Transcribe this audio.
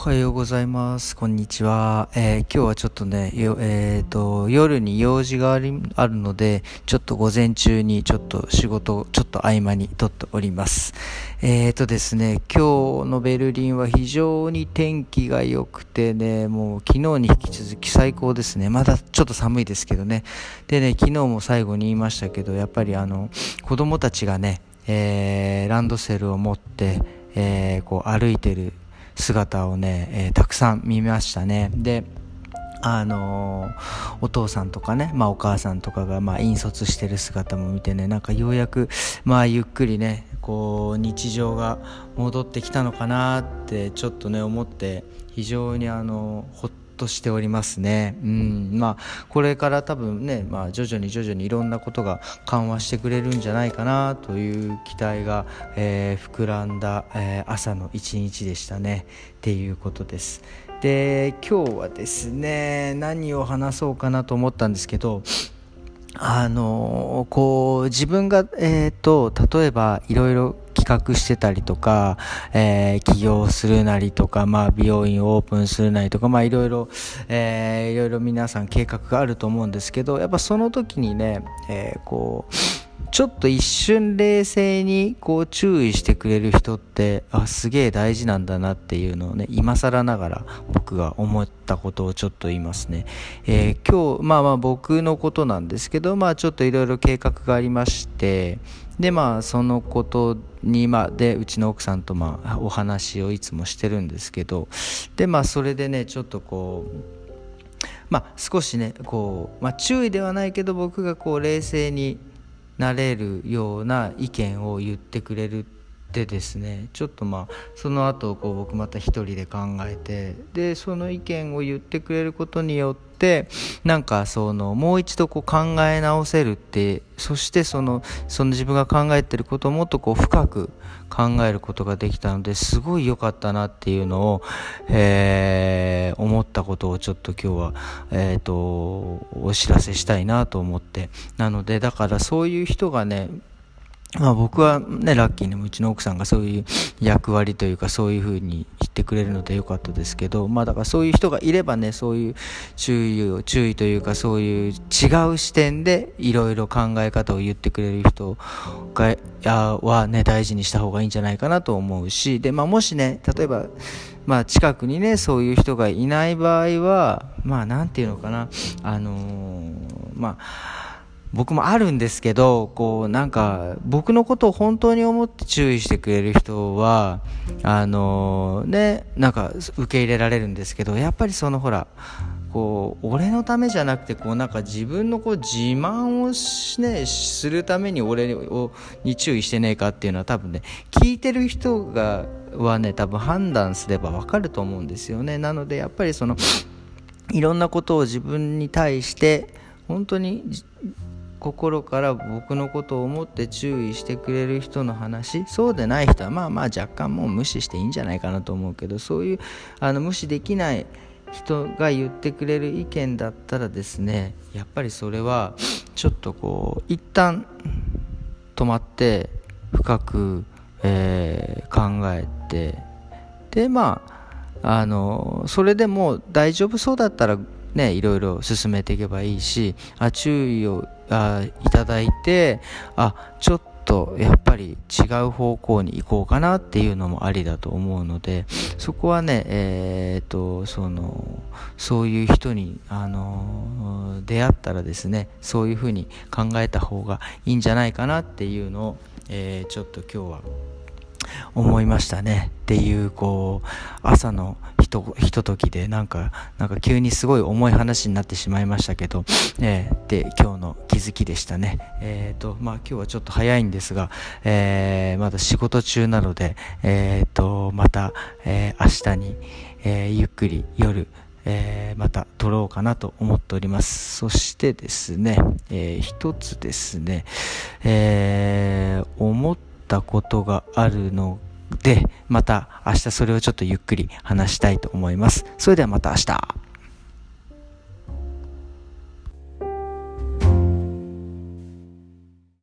はようございます。こんにちは。今日はちょっとね、夜に用事があるので、ちょっと午前中にちょっと仕事、ちょっと合間に撮っております。ですね、今日のベルリンは非常に天気が良くてね、もう昨日に引き続き最高ですね。まだちょっと寒いですけどね。でね、昨日も最後に言いましたけど、やっぱり子供たちがね、ランドセルを持って、こう歩いてる姿をね、たくさん見ましたね。でお父さんとかね、お母さんとかが引率してる姿も見てね、なんかようやくゆっくりね、こう日常が戻ってきたのかなってちょっとね思って、非常にほっとしておりますね。これから多分ね、徐々にいろんなことが緩和してくれるんじゃないかなという期待が、膨らんだ、朝の一日でしたねっていうことです。で、今日はですね、何を話そうかなと思ったんですけど、こう自分が、例えばいろいろ企画してたりとか、起業するなりとか、美容院をオープンするなりとか、いろいろ皆さん計画があると思うんですけど、やっぱその時にね、こうちょっと一瞬冷静にこう注意してくれる人ってすげえ大事なんだなっていうのをね、今更ながら僕が思ったことをちょっと言いますね。今日僕のことなんですけど、ちょっといろいろ計画がありまして、でそのことにでうちの奥さんとお話をいつもしてるんですけど、でそれでねちょっとこう少しねこう注意ではないけど、僕がこう冷静になれるような意見を言ってくれるってですね、ちょっとその後こう僕また一人で考えて、でその意見を言ってくれることによって、なんかもう一度こう考え直せるって、そしてその自分が考えてることをもっとこう深く考えることができたので、すごい良かったなっていうのを、思ったことをちょっと今日は、お知らせしたいなと思って、なのでだからそういう人がね、僕はねラッキーにうちの奥さんがそういう役割というか、そういう風に言ってくれるのでよかったですけど、だからそういう人がいればね、そういう注意というか、そういう違う視点でいろいろ考え方を言ってくれる人はね大事にした方がいいんじゃないかなと思うし、でもしね、例えば近くにねそういう人がいない場合は、なんていうのかな、僕もあるんですけど、こうなんか僕のことを本当に思って注意してくれる人はなんか受け入れられるんですけど、やっぱりほらこう俺のためじゃなくて、こうなんか自分のこう自慢をするために俺に注意してねえかっていうのは、多分ね聞いてる人はね多分判断すればわかると思うんですよね。なのでやっぱりいろんなことを自分に対して本当に心から僕のことを思って注意してくれる人の話、そうでない人は若干もう無視していいんじゃないかなと思うけど、そういう無視できない人が言ってくれる意見だったらですね、やっぱりそれはちょっとこう一旦止まって深く、考えて、でそれでも大丈夫そうだったらね、いろいろ進めていけばいいし、注意をいただいて、ちょっとやっぱり違う方向に行こうかなっていうのもありだと思うので、そこはね、そういう人に出会ったらですね、そういうふうに考えた方がいいんじゃないかなっていうのを、ちょっと今日は思いましたねっていう、こう朝のひとときでなんか急にすごい重い話になってしまいましたけど、で今日の気づきでしたね。今日はちょっと早いんですが、まだ仕事中なので、また、明日に、ゆっくり夜また撮ろうかなと思っております。そしてですね、一つですね、思ったことがあるので、また明日それをちょっとゆっくり話したいと思います。それではまた明日。